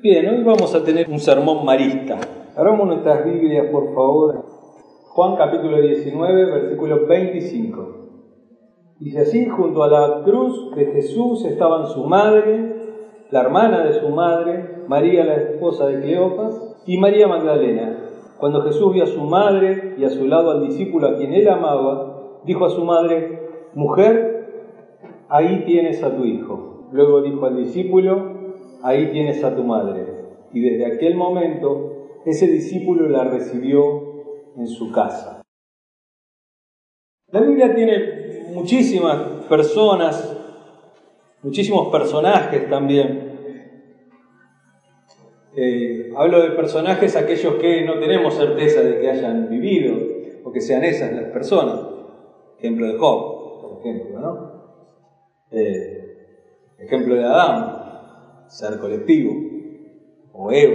Bien, hoy vamos a tener un sermón marista. Abramos nuestras Biblias, por favor. Juan capítulo 19, versículo 25. Dice así: junto a la cruz de Jesús estaban su madre, la hermana de su madre, María la esposa de Cleofas, y María Magdalena. Cuando Jesús vio a su madre y a su lado al discípulo a quien él amaba, dijo a su madre: mujer, ahí tienes a tu hijo. Luego dijo al discípulo: ahí tienes a tu madre. Y desde aquel momento, ese discípulo la recibió en su casa. La Biblia tiene muchísimas personas, muchísimos personajes también. Hablo de personajes aquellos que no tenemos certeza de que hayan vivido o que sean esas las personas. Ejemplo de Job, por ejemplo, ¿no? Ejemplo de Adán, ser colectivo, o Eva.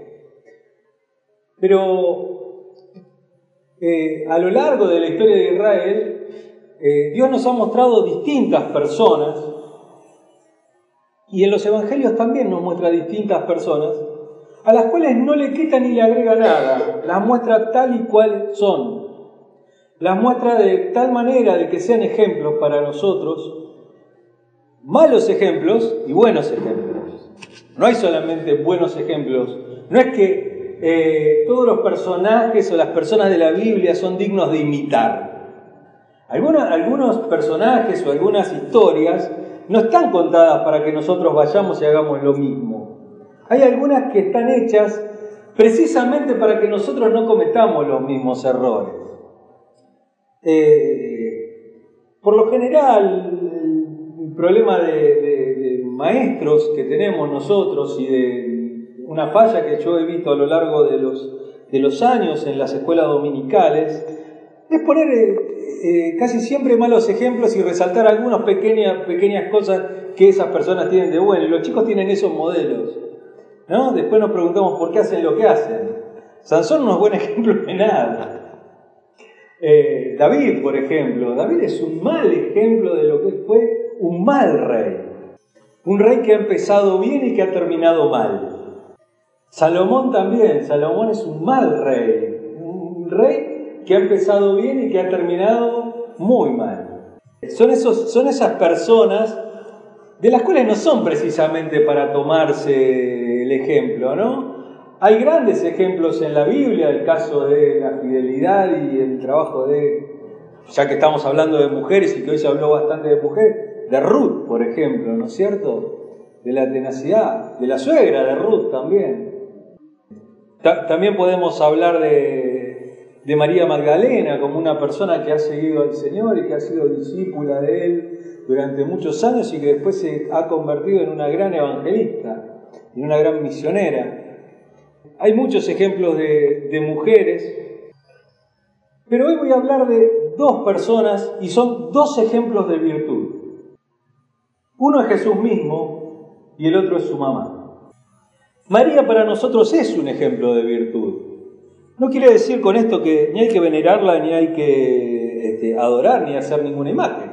Pero a lo largo de la historia de Israel, Dios nos ha mostrado distintas personas, y en los evangelios también nos muestra distintas personas, a las cuales no le quita ni le agrega nada, las muestra tal y cual son, las muestra de tal manera de que sean ejemplos para nosotros, malos ejemplos y buenos ejemplos. No hay solamente buenos ejemplos. No es que todos los personajes o las personas de la Biblia son dignos de imitar. Algunos personajes o algunas historias no están contadas para que nosotros vayamos y hagamos lo mismo. Hay algunas que están hechas precisamente para que nosotros no cometamos los mismos errores. Por lo general, el problema de maestros que tenemos nosotros y de una falla que yo he visto a lo largo de los años en las escuelas dominicales es poner casi siempre malos ejemplos y resaltar algunas pequeñas cosas que esas personas tienen de bueno, y los chicos tienen esos modelos, ¿no? Después nos preguntamos por qué hacen lo que hacen. Sansón no es buen ejemplo de nada. David, por ejemplo, David es un mal ejemplo de lo que fue un mal rey. Un rey que ha empezado bien y que ha terminado mal. Salomón también, Salomón es un mal rey. Un rey que ha empezado bien y que ha terminado muy mal. Son esas personas de las cuales no son precisamente para tomarse el ejemplo, ¿no? Hay grandes ejemplos en la Biblia, el caso de la fidelidad y el trabajo ya que estamos hablando de mujeres y que hoy se habló bastante de mujeres, de Ruth, por ejemplo, ¿no es cierto? De la tenacidad, de la suegra de Ruth también. También podemos hablar de María Magdalena como una persona que ha seguido al Señor y que ha sido discípula de Él durante muchos años y que después se ha convertido en una gran evangelista, en una gran misionera. Hay muchos ejemplos de mujeres, pero hoy voy a hablar de dos personas y son dos ejemplos de virtud. Uno es Jesús mismo y el otro es su mamá. María para nosotros es un ejemplo de virtud. No quiere decir con esto que ni hay que venerarla, ni hay que adorar, ni hacer ninguna imagen.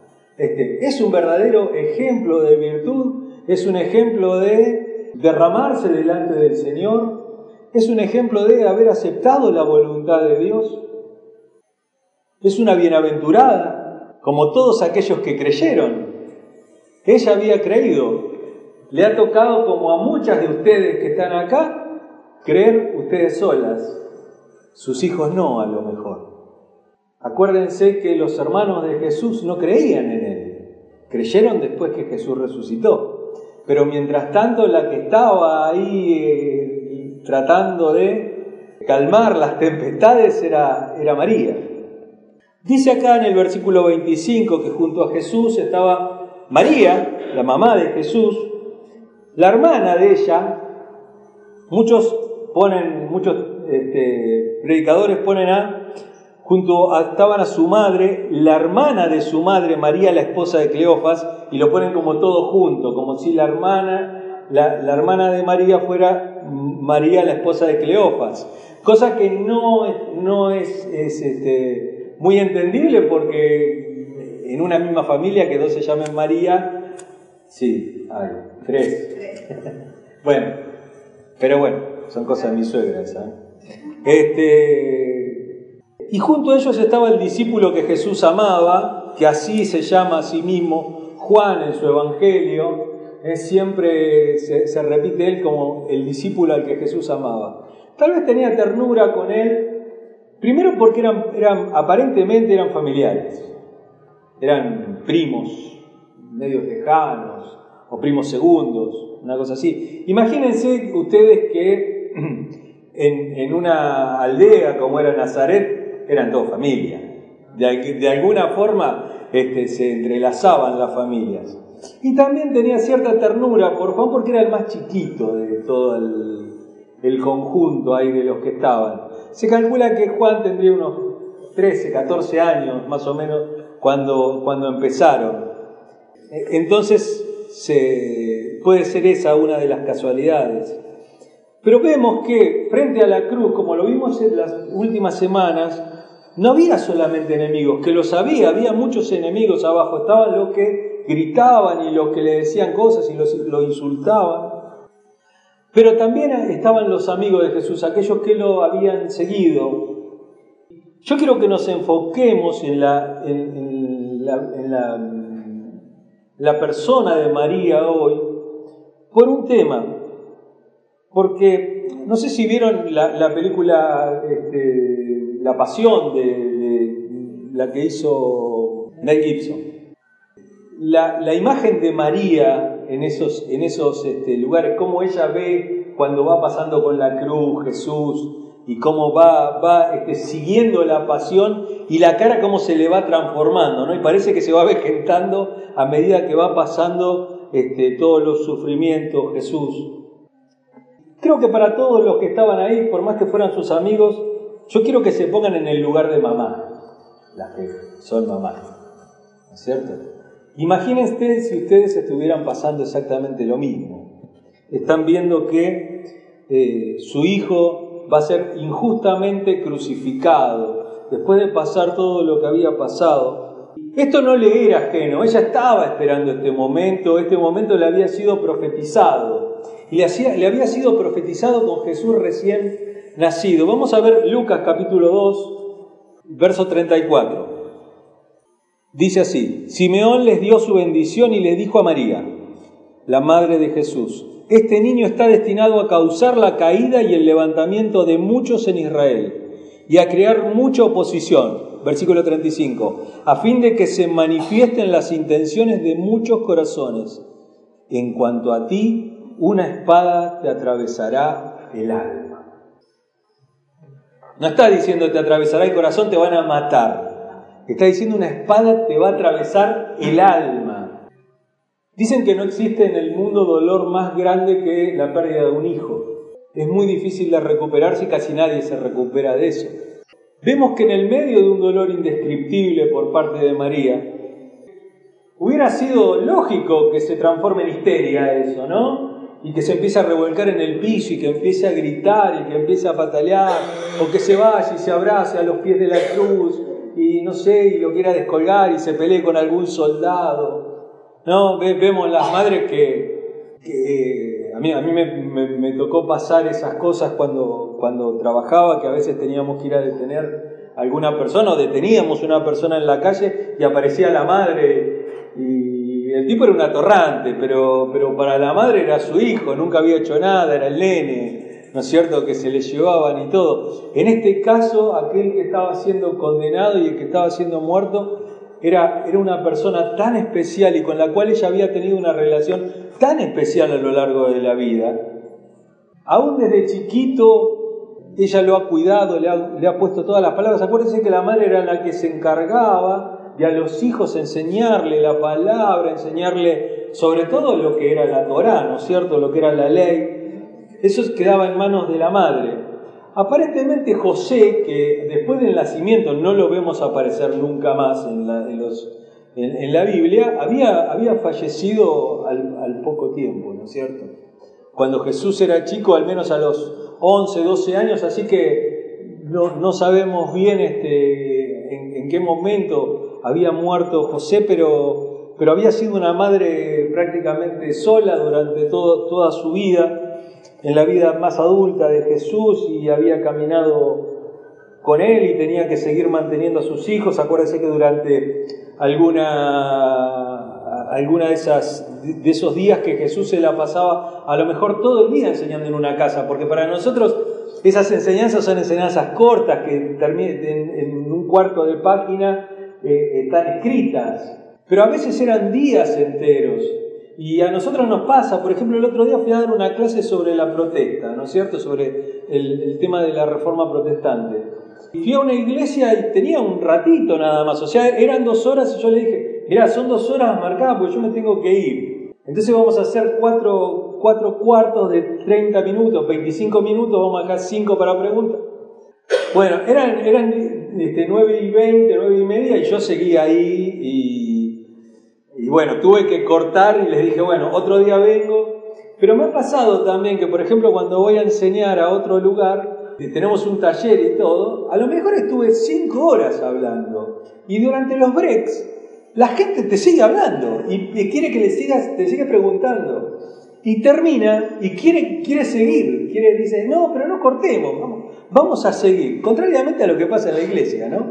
Es un verdadero ejemplo de virtud, es un ejemplo de derramarse delante del Señor, es un ejemplo de haber aceptado la voluntad de Dios. Es una bienaventurada, como todos aquellos que creyeron. Ella había creído. Le ha tocado, como a muchas de ustedes que están acá, creer ustedes solas. Sus hijos no, a lo mejor. Acuérdense que los hermanos de Jesús no creían en Él. Creyeron después que Jesús resucitó. Pero mientras tanto, la que estaba ahí tratando de calmar las tempestades era María. Dice acá en el versículo 25 que junto a Jesús estaba María, la mamá de Jesús, la hermana de ella. Muchos predicadores ponen estaban a su madre, la hermana de su madre, María la esposa de Cleofas, y lo ponen como todo junto, como si la hermana de María fuera María la esposa de Cleofas, cosa que no es muy entendible, porque en una misma familia que dos se llamen María, sí, hay tres. Bueno, Pero bueno, son cosas de mi suegra esa. Y junto a ellos estaba el discípulo que Jesús amaba, que así se llama a sí mismo, Juan en su Evangelio. Siempre se repite él como el discípulo al que Jesús amaba. Tal vez tenía ternura con él, primero porque aparentemente eran familiares, eran primos, medios lejanos, o primos segundos, una cosa así. Imagínense ustedes que en una aldea como era Nazaret, eran todos familia. De alguna forma se entrelazaban las familias. Y también tenía cierta ternura por Juan porque era el más chiquito de todo el conjunto ahí de los que estaban. Se calcula que Juan tendría unos 13, 14 años más o menos cuando empezaron. Entonces puede ser esa una de las casualidades. Pero vemos que frente a la cruz, como lo vimos en las últimas semanas, no había solamente enemigos, que los había muchos enemigos abajo. Estaban los que gritaban y los que le decían cosas y lo insultaban. Pero también estaban los amigos de Jesús, aquellos que lo habían seguido. Yo quiero que nos enfoquemos en la persona de María hoy por un tema. Porque no sé si vieron la película La Pasión de la que hizo Mel Gibson. La imagen de María en esos lugares, cómo ella ve cuando va pasando con la cruz Jesús y cómo va siguiendo la pasión y la cara cómo se le va transformando, ¿no? Y parece que se va avejentando a medida que va pasando todos los sufrimientos Jesús. Creo que para todos los que estaban ahí, por más que fueran sus amigos, yo quiero que se pongan en el lugar de mamá, las que son mamás, ¿no es cierto? Imagínense si ustedes estuvieran pasando exactamente lo mismo. Están viendo que su hijo va a ser injustamente crucificado después de pasar todo lo que había pasado. Esto no le era ajeno, ella estaba esperando este momento le había sido profetizado. Y le había sido profetizado con Jesús recién nacido. Vamos a ver Lucas capítulo 2, verso 34. Dice así: Simeón les dio su bendición y le dijo a María, la madre de Jesús: este niño está destinado a causar la caída y el levantamiento de muchos en Israel y a crear mucha oposición. Versículo 35. A fin de que se manifiesten las intenciones de muchos corazones. En cuanto a ti, una espada te atravesará el alma. No está diciendo te atravesará el corazón, te van a matar. Está diciendo una espada te va a atravesar el alma. Dicen que no existe en el mundo dolor más grande que la pérdida de un hijo. Es muy difícil de recuperarse y casi nadie se recupera de eso. Vemos que en el medio de un dolor indescriptible por parte de María, hubiera sido lógico que se transforme en histeria eso, ¿no? Y que se empiece a revolcar en el piso y que empiece a gritar y que empiece a patalear, o que se vaya y se abrace a los pies de la cruz y no sé, y lo quiera descolgar y se pelee con algún soldado, ¿no? Vemos las madres que a mí me tocó pasar esas cosas cuando trabajaba, que a veces teníamos que ir a detener a alguna persona o deteníamos una persona en la calle y aparecía la madre y el tipo era un atorrante, pero para la madre era su hijo, nunca había hecho nada, era el nene, ¿no es cierto?, que se le llevaban y todo. En este caso, aquel que estaba siendo condenado y el que estaba siendo muerto era una persona tan especial y con la cual ella había tenido una relación tan especial a lo largo de la vida. Aún desde chiquito ella lo ha cuidado, le ha puesto todas las palabras. Acuérdense que la madre era la que se encargaba de a los hijos enseñarle la palabra, enseñarle sobre todo lo que era la Torá, ¿no es cierto?, lo que era la ley. Eso quedaba en manos de la madre. Aparentemente José, que después del nacimiento no lo vemos aparecer nunca más en la Biblia, había fallecido al poco tiempo, ¿no es cierto? Cuando Jesús era chico, al menos a los 11, 12 años, así que no sabemos bien en qué momento había muerto José, pero había sido una madre prácticamente sola durante toda su vida. en la vida más adulta de Jesús y había caminado con Él y tenía que seguir manteniendo a sus hijos. Acuérdense que durante alguna de esos días que Jesús se la pasaba a lo mejor todo el día enseñando en una casa, porque para nosotros esas enseñanzas son enseñanzas cortas que en un cuarto de página están escritas, pero a veces eran días enteros. Y a nosotros nos pasa, por ejemplo, el otro día fui a dar una clase sobre la protesta, ¿no es cierto?, sobre el tema de la reforma protestante. Y fui a una iglesia y tenía un ratito nada más, o sea, eran 2 horas y yo le dije, mirá, son 2 horas marcadas porque yo me tengo que ir. Entonces vamos a hacer 4 cuartos de 30 minutos, 25 minutos, vamos a dejar 5 para preguntas. Bueno, eran 9:20, 9:30 y yo seguía ahí y bueno, tuve que cortar y les dije, bueno, otro día vengo. Pero me ha pasado también que, por ejemplo, cuando voy a enseñar a otro lugar, tenemos un taller y todo, a lo mejor estuve 5 horas hablando. Y durante los breaks, la gente te sigue hablando y quiere que te siga preguntando. Y termina y quiere seguir. Dice, no, pero no cortemos, vamos a seguir. Contrariamente a lo que pasa en la iglesia, ¿no?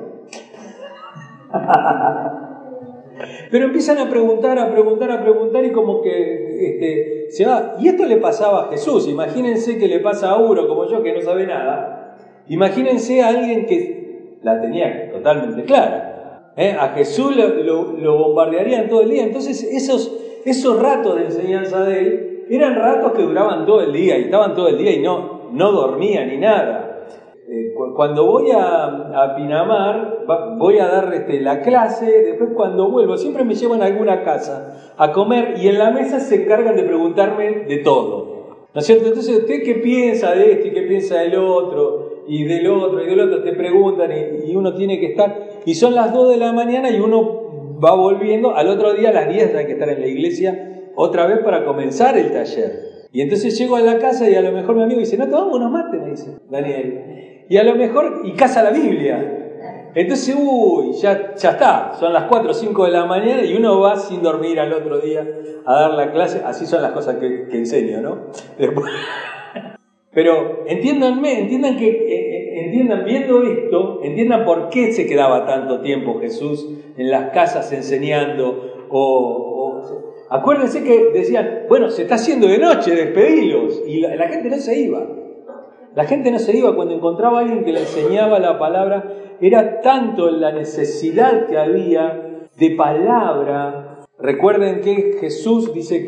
Pero empiezan a preguntar y como que se va. Y esto le pasaba a Jesús. Imagínense que le pasa a uno como yo que no sabe nada. Imagínense a alguien que la tenía totalmente clara. A Jesús lo bombardearían todo el día. Entonces esos ratos de enseñanza de Él eran ratos que duraban todo el día y estaban todo el día y no dormía ni nada. Cuando voy a Pinamar, voy a dar la clase, después cuando vuelvo, siempre me llevan a alguna casa a comer y en la mesa se encargan de preguntarme de todo, ¿no es cierto? Entonces, ¿usted qué piensa de esto y qué piensa del otro? Y del otro, te preguntan y uno tiene que estar, y son las 2 de la mañana y uno va volviendo, al otro día a las 10 hay que estar en la iglesia otra vez para comenzar el taller. Y entonces llego a la casa y a lo mejor mi amigo dice, no, tomamos unos mates, me dice Daniel. Y a lo mejor, y casa la Biblia. Entonces, ya está, son las 4 o 5 de la mañana y uno va sin dormir al otro día a dar la clase. Así son las cosas que enseño, ¿no? Después. Pero entiendan viendo esto, entiendan por qué se quedaba tanto tiempo Jesús en las casas enseñando. Acuérdense que decían, bueno, se está haciendo de noche, despedilos. Y la gente no se iba. La gente no se iba. Cuando encontraba a alguien que le enseñaba la palabra, era tanto la necesidad que había de palabra. Recuerden que Jesús dice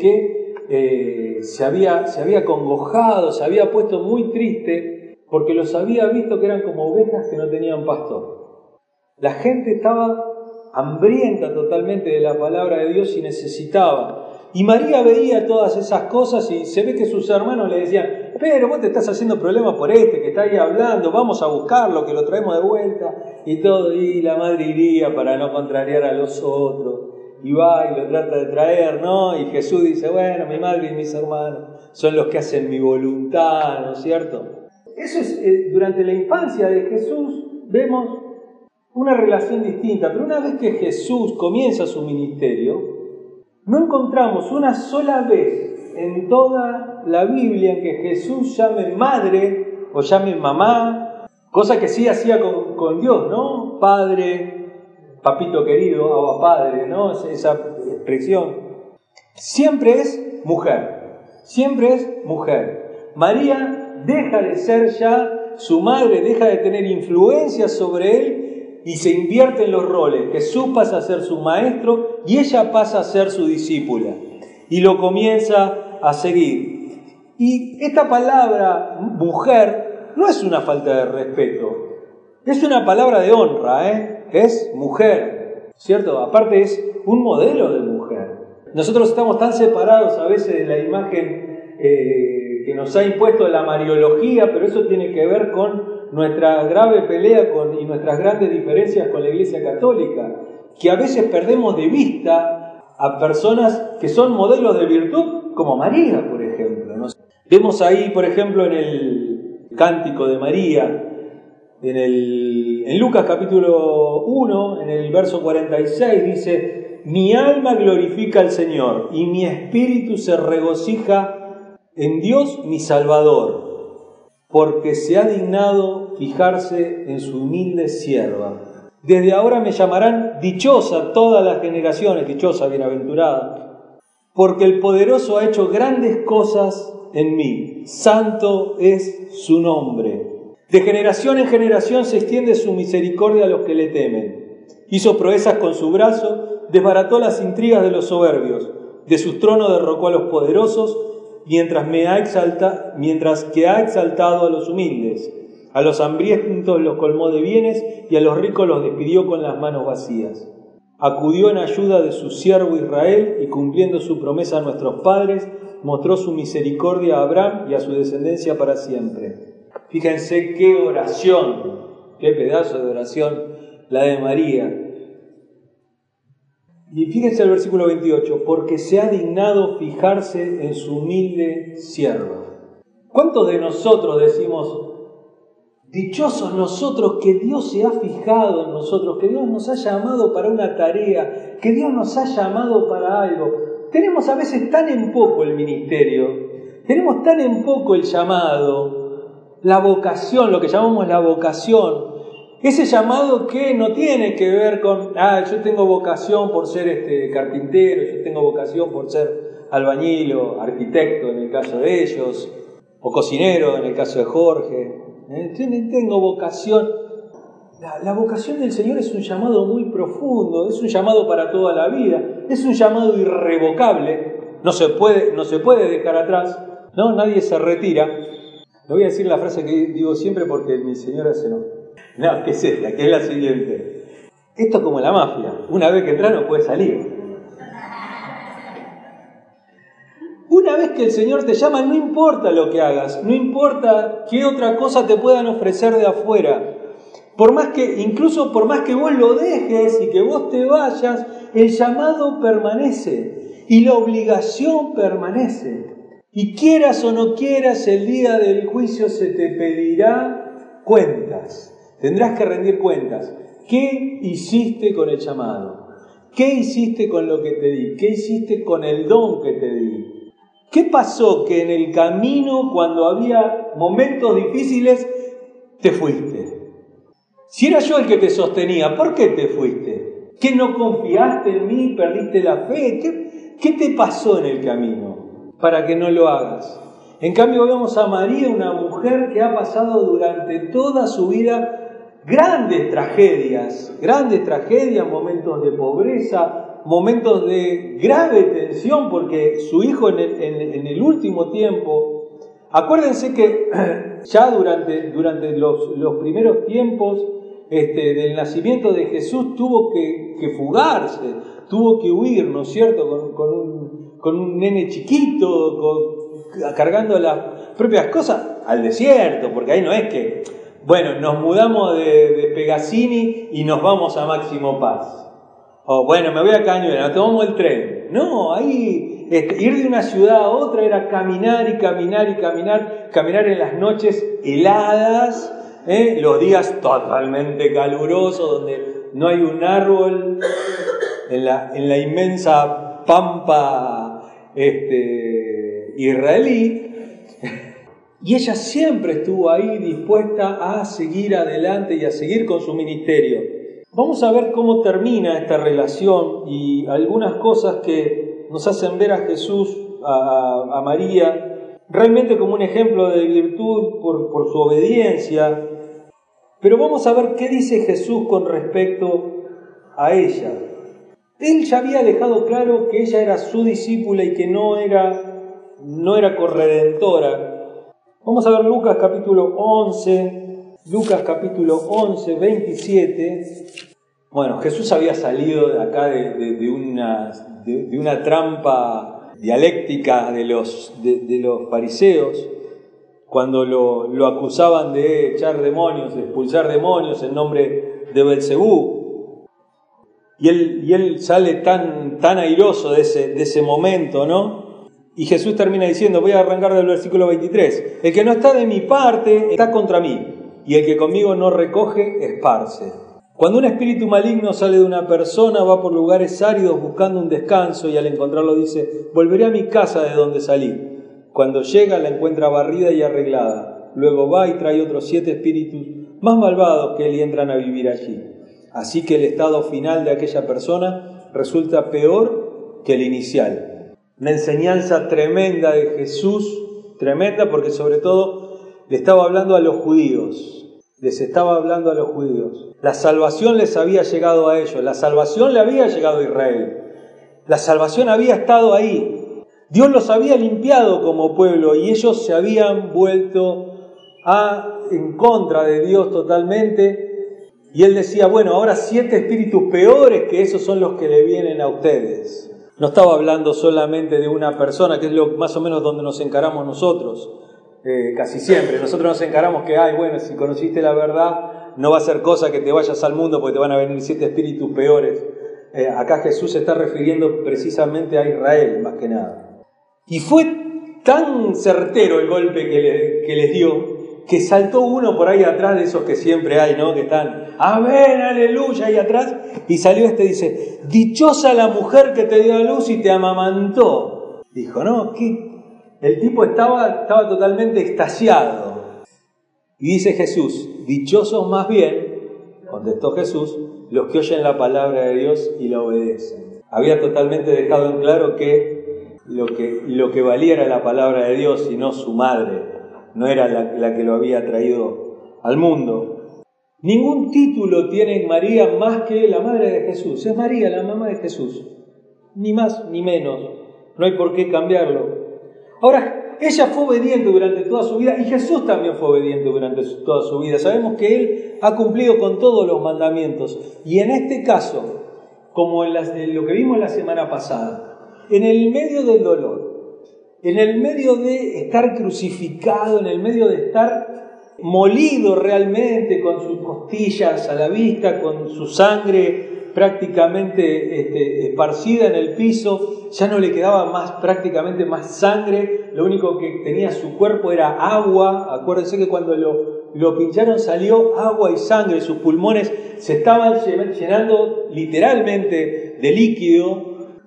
que se había congojado, se había puesto muy triste porque los había visto que eran como ovejas que no tenían pastor. La gente estaba hambrienta totalmente de la palabra de Dios y necesitaba. Y María veía todas esas cosas y se ve que sus hermanos le decían, pero vos te estás haciendo problemas por que está ahí hablando, vamos a buscarlo, que lo traemos de vuelta y todo. Y la madre iría para no contrariar a los otros y va y lo trata de traer, ¿no? Y Jesús dice, bueno, mi madre y mis hermanos son los que hacen mi voluntad, ¿no es cierto? Eso es, durante la infancia de Jesús vemos una relación distinta, pero una vez que Jesús comienza su ministerio, no encontramos una sola vez en toda la Biblia en que Jesús llame madre o llame mamá, cosa que sí hacía con Dios, ¿no? Padre, papito querido, Abba Padre, ¿no? Esa expresión. Siempre es mujer, siempre es mujer. María deja de ser ya su madre, deja de tener influencia sobre él, y se invierten los roles. Jesús pasa a ser su maestro y ella pasa a ser su discípula. Y lo comienza a seguir. Y esta palabra mujer no es una falta de respeto. Es una palabra de honra, Es mujer, ¿cierto? Aparte es un modelo de mujer. Nosotros estamos tan separados a veces de la imagen que nos ha impuesto la mariología, pero eso tiene que ver con nuestra grave pelea y nuestras grandes diferencias con la Iglesia Católica, que a veces perdemos de vista a personas que son modelos de virtud, como María, por ejemplo, ¿no? Vemos ahí, por ejemplo, en el Cántico de María, en Lucas capítulo 1, en el verso 46, dice: mi alma glorifica al Señor, y mi espíritu se regocija en Dios mi Salvador, porque se ha dignado fijarse en su humilde sierva. Desde ahora me llamarán dichosa todas las generaciones, dichosa, bienaventurada, porque el Poderoso ha hecho grandes cosas en mí. Santo es su nombre. De generación en generación se extiende su misericordia a los que le temen. Hizo proezas con su brazo, desbarató las intrigas de los soberbios. De sus tronos derrocó a los poderosos, mientras que ha exaltado a los humildes. A los hambrientos los colmó de bienes y a los ricos los despidió con las manos vacías. Acudió en ayuda de su siervo Israel y, cumpliendo su promesa a nuestros padres, mostró su misericordia a Abraham y a su descendencia para siempre. Fíjense qué oración, qué pedazo de oración la de María. Y fíjense el versículo 28, porque se ha dignado fijarse en su humilde sierva. ¿Cuántos de nosotros decimos, dichosos nosotros que Dios se ha fijado en nosotros, que Dios nos ha llamado para una tarea, que Dios nos ha llamado para algo? Tenemos a veces tan en poco el ministerio, tenemos tan en poco el llamado, la vocación, lo que llamamos la vocación. Ese llamado que no tiene que ver con, yo tengo vocación por ser carpintero, yo tengo vocación por ser albañil o arquitecto en el caso de ellos, o cocinero en el caso de Jorge. Tengo vocación. La vocación del Señor es un llamado muy profundo, es un llamado para toda la vida, es un llamado irrevocable, no se puede dejar atrás, ¿no? Nadie se retira. Le voy a decir la frase que digo siempre porque mi señora se enoja. No, que es esta, que es la siguiente. Esto es como la mafia, una vez que entras no puedes salir. Una vez que el Señor te llama, no importa lo que hagas, no importa qué otra cosa te puedan ofrecer de afuera. Incluso por más que vos lo dejes y que vos te vayas, el llamado permanece y la obligación permanece. Y quieras o no quieras, el día del juicio se te pedirá cuentas. Tendrás que rendir cuentas. ¿Qué hiciste con el llamado? ¿Qué hiciste con lo que te di? ¿Qué hiciste con el don que te di? ¿Qué pasó que en el camino, cuando había momentos difíciles, te fuiste? Si era yo el que te sostenía, ¿por qué te fuiste? ¿Que no confiaste en mí? ¿Perdiste la fe? ¿Qué te pasó en el camino para que no lo hagas? En cambio vemos a María, una mujer que ha pasado durante toda su vida grandes tragedias, momentos de pobreza, momentos de grave tensión, porque su hijo en el último tiempo, acuérdense que ya durante los primeros tiempos del nacimiento de Jesús tuvo que fugarse, tuvo que huir, ¿no es cierto?, con un nene chiquito, cargando las propias cosas al desierto, porque ahí no es que, bueno, nos mudamos de Pegasini y nos vamos a Máximo Paz. O bueno, me voy a Cañuelas, tomamos el tren. No, ahí ir de una ciudad a otra era caminar en las noches heladas, los días totalmente calurosos, donde no hay un árbol, en la inmensa pampa israelí. Y ella siempre estuvo ahí dispuesta a seguir adelante y a seguir con su ministerio. Vamos a ver cómo termina esta relación y algunas cosas que nos hacen ver a Jesús, a María, realmente como un ejemplo de virtud por su obediencia. Pero vamos a ver qué dice Jesús con respecto a ella. Él ya había dejado claro que ella era su discípula y que no era corredentora. Vamos a ver Lucas capítulo 11, 27. Bueno, Jesús había salido de acá de una trampa dialéctica de los fariseos, cuando lo acusaban de echar demonios, de expulsar demonios en nombre de Belcebú. Y él sale tan airoso de ese momento, ¿no? Y Jesús termina diciendo, voy a arrancar del versículo 23, el que no está de mi parte está contra mí, y el que conmigo no recoge, esparce. Cuando un espíritu maligno sale de una persona, va por lugares áridos buscando un descanso, y al encontrarlo dice, volveré a mi casa de donde salí. Cuando llega la encuentra barrida y arreglada. Luego va y trae otros 7 espíritus más malvados que él y entran a vivir allí. Así que el estado final de aquella persona resulta peor que el inicial. Una enseñanza tremenda de Jesús, tremenda porque sobre todo le estaba hablando a los judíos. Les estaba hablando a los judíos. La salvación les había llegado a ellos. La salvación le había llegado a Israel. La salvación había estado ahí. Dios los había limpiado como pueblo y ellos se habían vuelto en contra de Dios totalmente. Y Él decía, bueno, ahora 7 espíritus peores que esos son los que le vienen a ustedes. No estaba hablando solamente de una persona, que es más o menos donde nos encaramos nosotros. Casi siempre. Nosotros nos encaramos que, bueno, si conociste la verdad, no va a ser cosa que te vayas al mundo porque te van a venir 7 espíritus peores. Acá Jesús se está refiriendo precisamente a Israel, más que nada. Y fue tan certero el golpe que les dio, que saltó uno por ahí atrás de esos que siempre hay, ¿no? Que están, amén, aleluya, ahí atrás, y salió dice, dichosa la mujer que te dio a luz y te amamantó. Dijo, ¿no? El tipo estaba totalmente extasiado. Y dice Jesús, dichosos más bien, contestó Jesús, los que oyen la palabra de Dios y la obedecen. Había totalmente dejado en claro que lo que valía era la palabra de Dios y no su madre. No era la que lo había traído al mundo. Ningún título tiene María más que la madre de Jesús. Es María, la mamá de Jesús. Ni más ni menos. No hay por qué cambiarlo. Ahora, ella fue obediente durante toda su vida y Jesús también fue obediente durante toda su vida. Sabemos que Él ha cumplido con todos los mandamientos. Y en este caso, como en lo que vimos la semana pasada, en el medio del dolor, en el medio de estar crucificado, en el medio de estar molido realmente, con sus costillas a la vista, con su sangre prácticamente esparcida en el piso, ya no le quedaba prácticamente más sangre, lo único que tenía su cuerpo era agua. Acuérdense que cuando lo pincharon salió agua y sangre, sus pulmones se estaban llenando literalmente de líquido.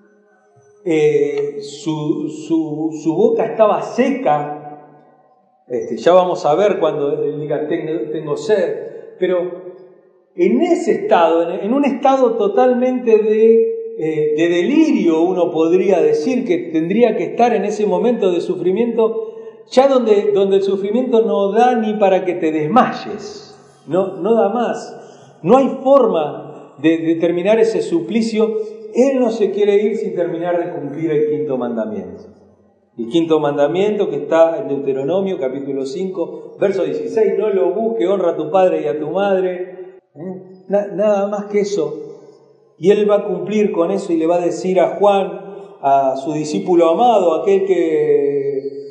Su boca estaba seca. Ya vamos a ver cuando él diga tengo sed, pero en ese estado, en un estado totalmente de delirio, uno podría decir que tendría que estar en ese momento de sufrimiento, ya donde el sufrimiento no da ni para que te desmayes, no da más, no hay forma de terminar ese suplicio. Él no se quiere ir sin terminar de cumplir el 5.º mandamiento. El 5.º mandamiento que está en Deuteronomio, capítulo 5, verso 16. No lo busques, honra a tu padre y a tu madre. Nada más que eso. Y Él va a cumplir con eso y le va a decir a Juan, a su discípulo amado, aquel que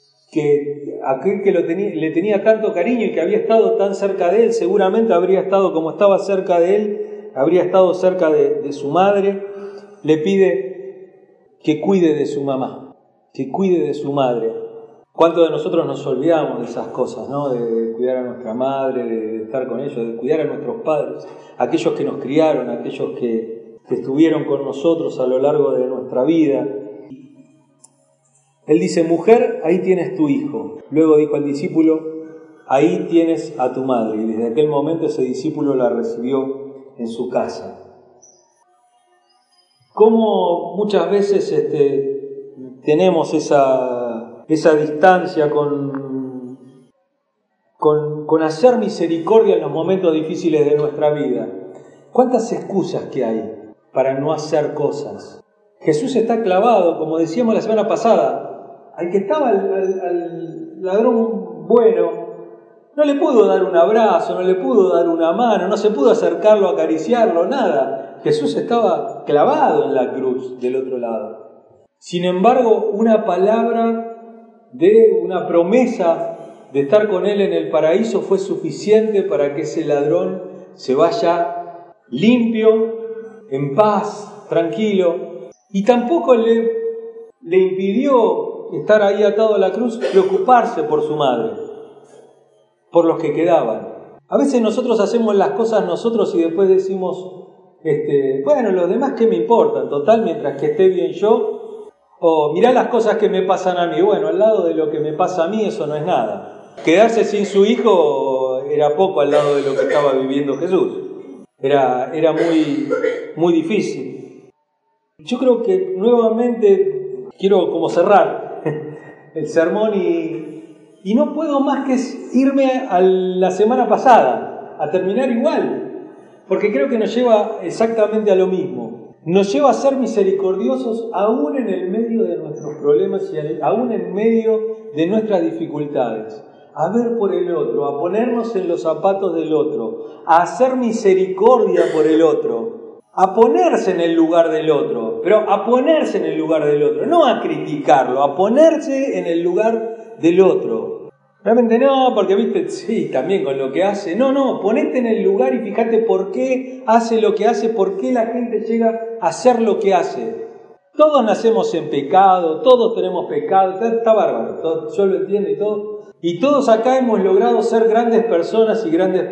le tenía tanto cariño y que había estado tan cerca de Él, seguramente habría estado como estaba cerca de Él, habría estado cerca de su madre. Le pide que cuide de su mamá, que cuide de su madre. ¿Cuántos de nosotros nos olvidamos de esas cosas, ¿no? De cuidar a nuestra madre, de estar con ellos, de cuidar a nuestros padres, aquellos que nos criaron, aquellos que estuvieron con nosotros a lo largo de nuestra vida? Él dice, mujer, ahí tienes tu hijo. Luego dijo al discípulo, ahí tienes a tu madre. Y desde aquel momento ese discípulo la recibió en su casa. Como muchas veces tenemos esa distancia con hacer misericordia en los momentos difíciles de nuestra vida. ¿Cuántas excusas que hay para no hacer cosas? Jesús está clavado, como decíamos la semana pasada, al que estaba al ladrón bueno, no le pudo dar un abrazo, no le pudo dar una mano, no se pudo acercarlo, acariciarlo, nada. Jesús estaba clavado en la cruz del otro lado. Sin embargo, una palabra una promesa de estar con Él en el paraíso fue suficiente para que ese ladrón se vaya limpio, en paz, tranquilo. Y tampoco le impidió estar ahí atado a la cruz preocuparse por su madre, por los que quedaban. A veces nosotros hacemos las cosas nosotros y después decimos, bueno, los demás ¿qué me importan? Total, mientras que esté bien yo. O mirá las cosas que me pasan a mí. Bueno, al lado de lo que me pasa a mí eso no es nada. Quedarse sin su hijo era poco al lado de lo que estaba viviendo Jesús. Era muy difícil. Yo creo que nuevamente quiero como cerrar el sermón y no puedo más que irme a la semana pasada, a terminar igual, porque creo que nos lleva exactamente a lo mismo. Nos lleva a ser misericordiosos aún en el medio de nuestros problemas y aún en medio de nuestras dificultades. A ver por el otro, a ponernos en los zapatos del otro, a hacer misericordia por el otro, a ponerse en el lugar del otro, pero a ponerse en el lugar del otro, no a criticarlo, a ponerse en el lugar del otro. Realmente no, porque viste, sí, también con lo que hace. No, ponete en el lugar y fíjate por qué hace lo que hace, por qué la gente llega a hacer lo que hace. Todos nacemos en pecado, todos tenemos pecado, está bárbaro, yo lo entiendo y todo. Y todos acá hemos logrado ser grandes personas y grandes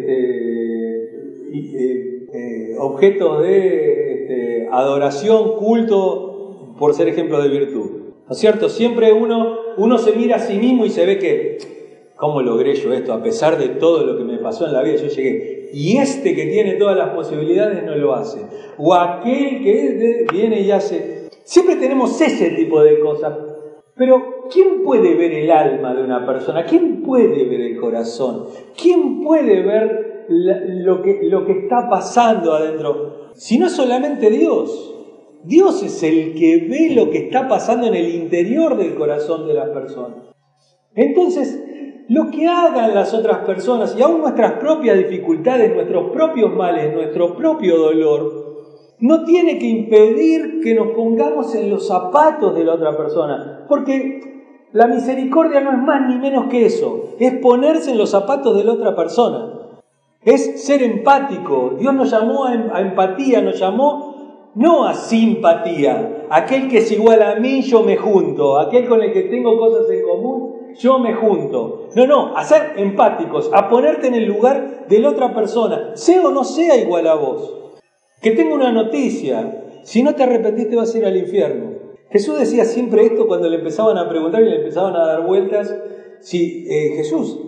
objetos de adoración, culto, por ser ejemplo de virtud. ¿No es cierto? Siempre uno se mira a sí mismo y se ve que, ¿cómo logré yo esto? A pesar de todo lo que me pasó en la vida, yo llegué. Y este que tiene todas las posibilidades no lo hace. O aquel que viene y hace. Siempre tenemos ese tipo de cosas. Pero, ¿quién puede ver el alma de una persona? ¿Quién puede ver el corazón? ¿Quién puede ver lo que está pasando adentro? Si no solamente Dios. Dios es el que ve lo que está pasando en el interior del corazón de las personas. Entonces, lo que hagan las otras personas y aún nuestras propias dificultades, nuestros propios males, nuestro propio dolor, no tiene que impedir que nos pongamos en los zapatos de la otra persona. Porque la misericordia no es más ni menos que eso. Es ponerse en los zapatos de la otra persona. Es ser empático. Dios nos llamó a empatía, nos llamó no a simpatía. Aquel que es igual a mí, yo me junto. Aquel con el que tengo cosas en común, yo me junto. No, a ser empáticos, a ponerte en el lugar de la otra persona, sea o no sea igual a vos. Que tengo una noticia, si no te arrepentiste vas a ir al infierno. Jesús decía siempre esto cuando le empezaban a preguntar y le empezaban a dar vueltas. Si Jesús,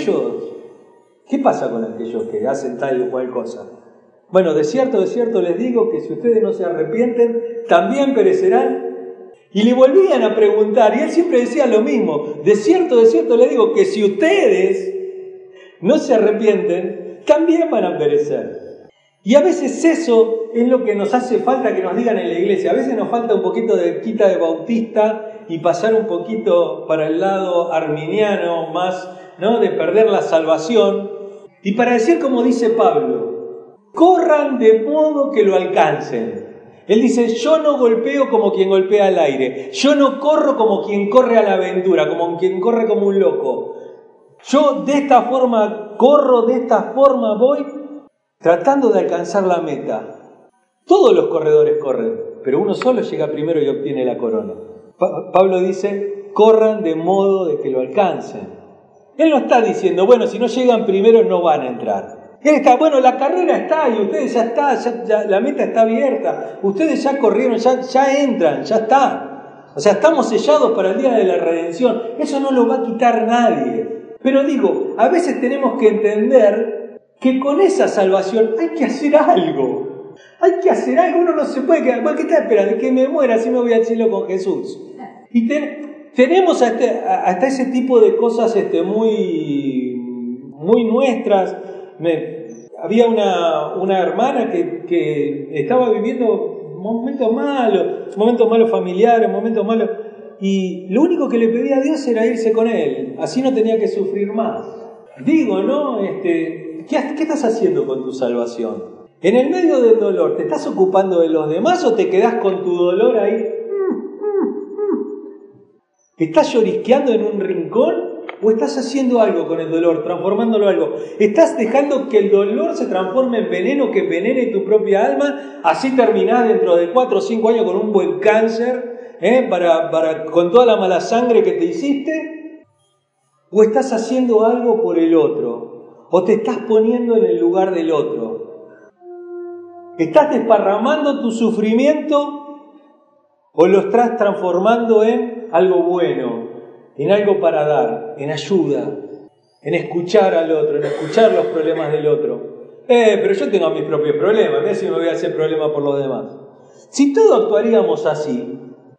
¿qué pasa con aquellos que hacen tal o cual cosa? Bueno, de cierto les digo que si ustedes no se arrepienten, también perecerán. Y le volvían a preguntar, y él siempre decía lo mismo. De cierto les digo que si ustedes no se arrepienten, también van a perecer. Y a veces eso es lo que nos hace falta que nos digan en la iglesia. A veces nos falta un poquito de quita de bautista y pasar un poquito para el lado arminiano, más, ¿no?, de perder la salvación. Y para decir como dice Pablo, corran de modo que lo alcancen. Él dice, yo no golpeo como quien golpea al aire. Yo no corro como quien corre a la aventura, como quien corre como un loco. Yo de esta forma corro, de esta forma voy, tratando de alcanzar la meta. Todos los corredores corren, pero uno solo llega primero y obtiene la corona. Pablo dice, corran de modo de que lo alcancen. Él no está diciendo, bueno, si no llegan primero no van a entrar. Él está, bueno, la carrera está y ustedes ya la meta está abierta. Ustedes ya corrieron, ya entran, ya está. O sea, estamos sellados para el día de la redención. Eso no lo va a quitar nadie. Pero digo, a veces tenemos que entender que con esa salvación hay que hacer algo. Hay que hacer algo, uno no se puede quedar. ¿Qué está esperando? Que me muera, así me voy al cielo con Jesús. Y tenemos hasta ese tipo de cosas muy nuestras. Había una hermana que estaba viviendo momentos malos familiares, momentos malos. Y lo único que le pedía a Dios era irse con él. Así no tenía que sufrir más. Digo, ¿no? ¿Qué estás haciendo con tu salvación? En el medio del dolor, ¿te estás ocupando de los demás o te quedás con tu dolor ahí? ¿Estás llorisqueando en un rincón o estás haciendo algo con el dolor, transformándolo en algo? ¿Estás dejando que el dolor se transforme en veneno que envenene tu propia alma? Así terminás dentro de 4 o 5 años con un buen cáncer, con toda la mala sangre que te hiciste. ¿O estás haciendo algo por el otro? ¿O te estás poniendo en el lugar del otro? ¿Estás desparramando tu sufrimiento ¿O lo estás transformando en algo bueno, en algo para dar, en ayuda, en escuchar al otro, en escuchar los problemas del otro? Pero yo tengo mis propios problemas, mira si me voy a hacer problema por los demás. Si todos actuaríamos así,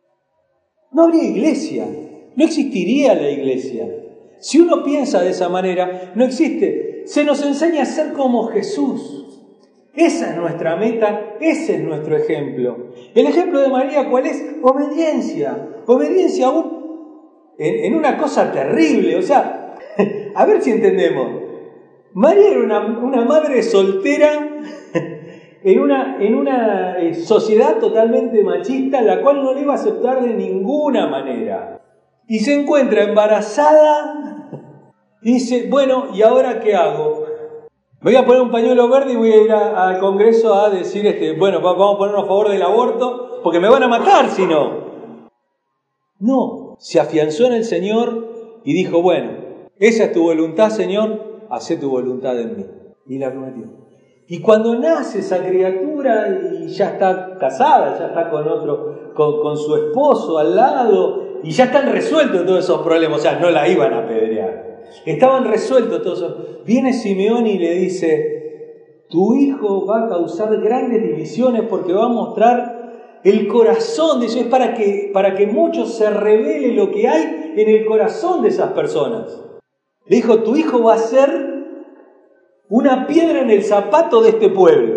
no habría iglesia, no existiría la iglesia. Si uno piensa de esa manera, no existe. Se nos enseña a ser como Jesús. Esa es nuestra meta, ese es nuestro ejemplo. El ejemplo de María, ¿cuál es? Obediencia. Obediencia aún en una cosa terrible. O sea, a ver si entendemos. María era una madre soltera en una sociedad totalmente machista, la cual no le iba a aceptar de ninguna manera. Y se encuentra embarazada y dice, bueno, ¿y ahora qué hago? Me voy a poner un pañuelo verde y voy a ir al Congreso a decir, bueno, vamos a ponernos a favor del aborto, porque me van a matar si no. No, se afianzó en el Señor y dijo, bueno, esa es tu voluntad, Señor, hacé tu voluntad en mí. Y la prometió. Y cuando nace esa criatura y ya está casada, ya está con otro, con su esposo al lado, y ya están resueltos todos esos problemas, o sea, no la iban a apedrear. Estaban resueltos todos esos. Viene Simeón y le dice, tu hijo va a causar grandes divisiones porque va a mostrar el corazón de ellos, es para que muchos se revele lo que hay en el corazón de esas personas. Le dijo, tu hijo va a ser una piedra en el zapato de este pueblo,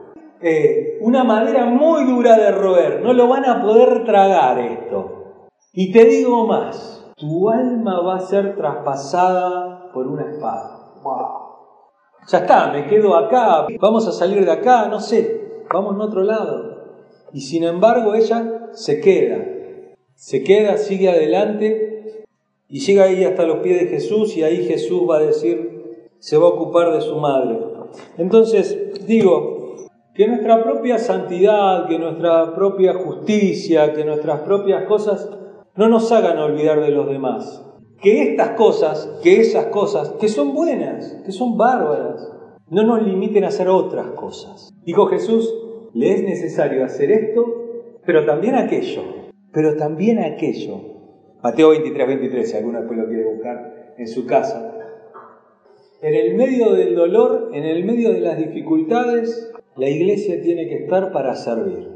una madera muy dura de roer, no lo van a poder tragar esto. Y te digo más, tu alma va a ser traspasada por una espada. ¡Wow! Ya está, me quedo acá, vamos a salir de acá, no sé, vamos a otro lado. Y sin embargo ella se queda, sigue adelante y llega ahí hasta los pies de Jesús y ahí Jesús va a decir, se va a ocupar de su madre. Entonces, digo, que nuestra propia santidad, que nuestra propia justicia, que nuestras propias cosas no nos hagan olvidar de los demás. Que estas cosas, que esas cosas, que son buenas, que son bárbaras, no nos limiten a hacer otras cosas. Dijo Jesús, le es necesario hacer esto, pero también aquello. Mateo 23:23, si alguno después lo quiere buscar en su casa. En el medio del dolor, en el medio de las dificultades, la iglesia tiene que estar para servir.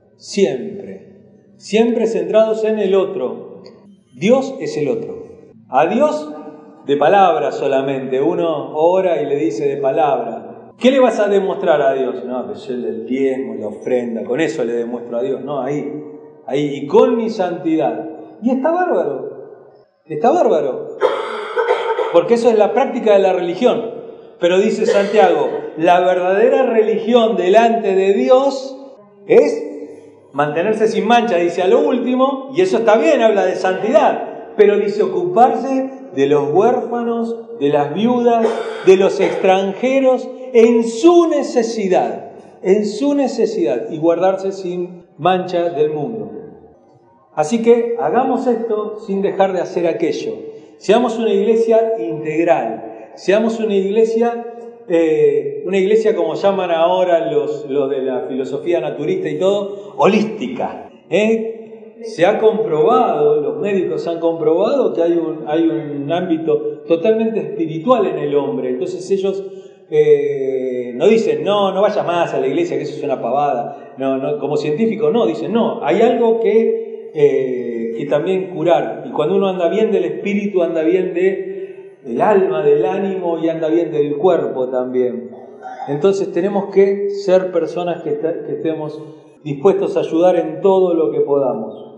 Siempre centrados en el otro. Dios es el otro. A Dios de palabra solamente. Uno ora y le dice de palabra. ¿Qué le vas a demostrar a Dios? No, pues el diezmo, la ofrenda, con eso le demuestro a Dios. No, ahí, y con mi santidad. Y está bárbaro. Porque eso es la práctica de la religión. Pero dice Santiago, la verdadera religión delante de Dios es mantenerse sin mancha, dice a lo último, y eso está bien, habla de santidad, pero dice ocuparse de los huérfanos, de las viudas, de los extranjeros, en su necesidad, y guardarse sin mancha del mundo. Así que hagamos esto sin dejar de hacer aquello. Seamos una iglesia integral, seamos una iglesia como llaman ahora los de la filosofía naturista y todo, holística. Se ha comprobado, los médicos han comprobado que hay un ámbito totalmente espiritual en el hombre. Entonces ellos no dicen, no vayas más a la iglesia, que eso es una pavada. No, como científicos no, dicen, no, hay algo que también curar. Y cuando uno anda bien del espíritu, anda bien del alma, del ánimo y anda bien del cuerpo también. Entonces tenemos que ser personas que estemos dispuestos a ayudar en todo lo que podamos.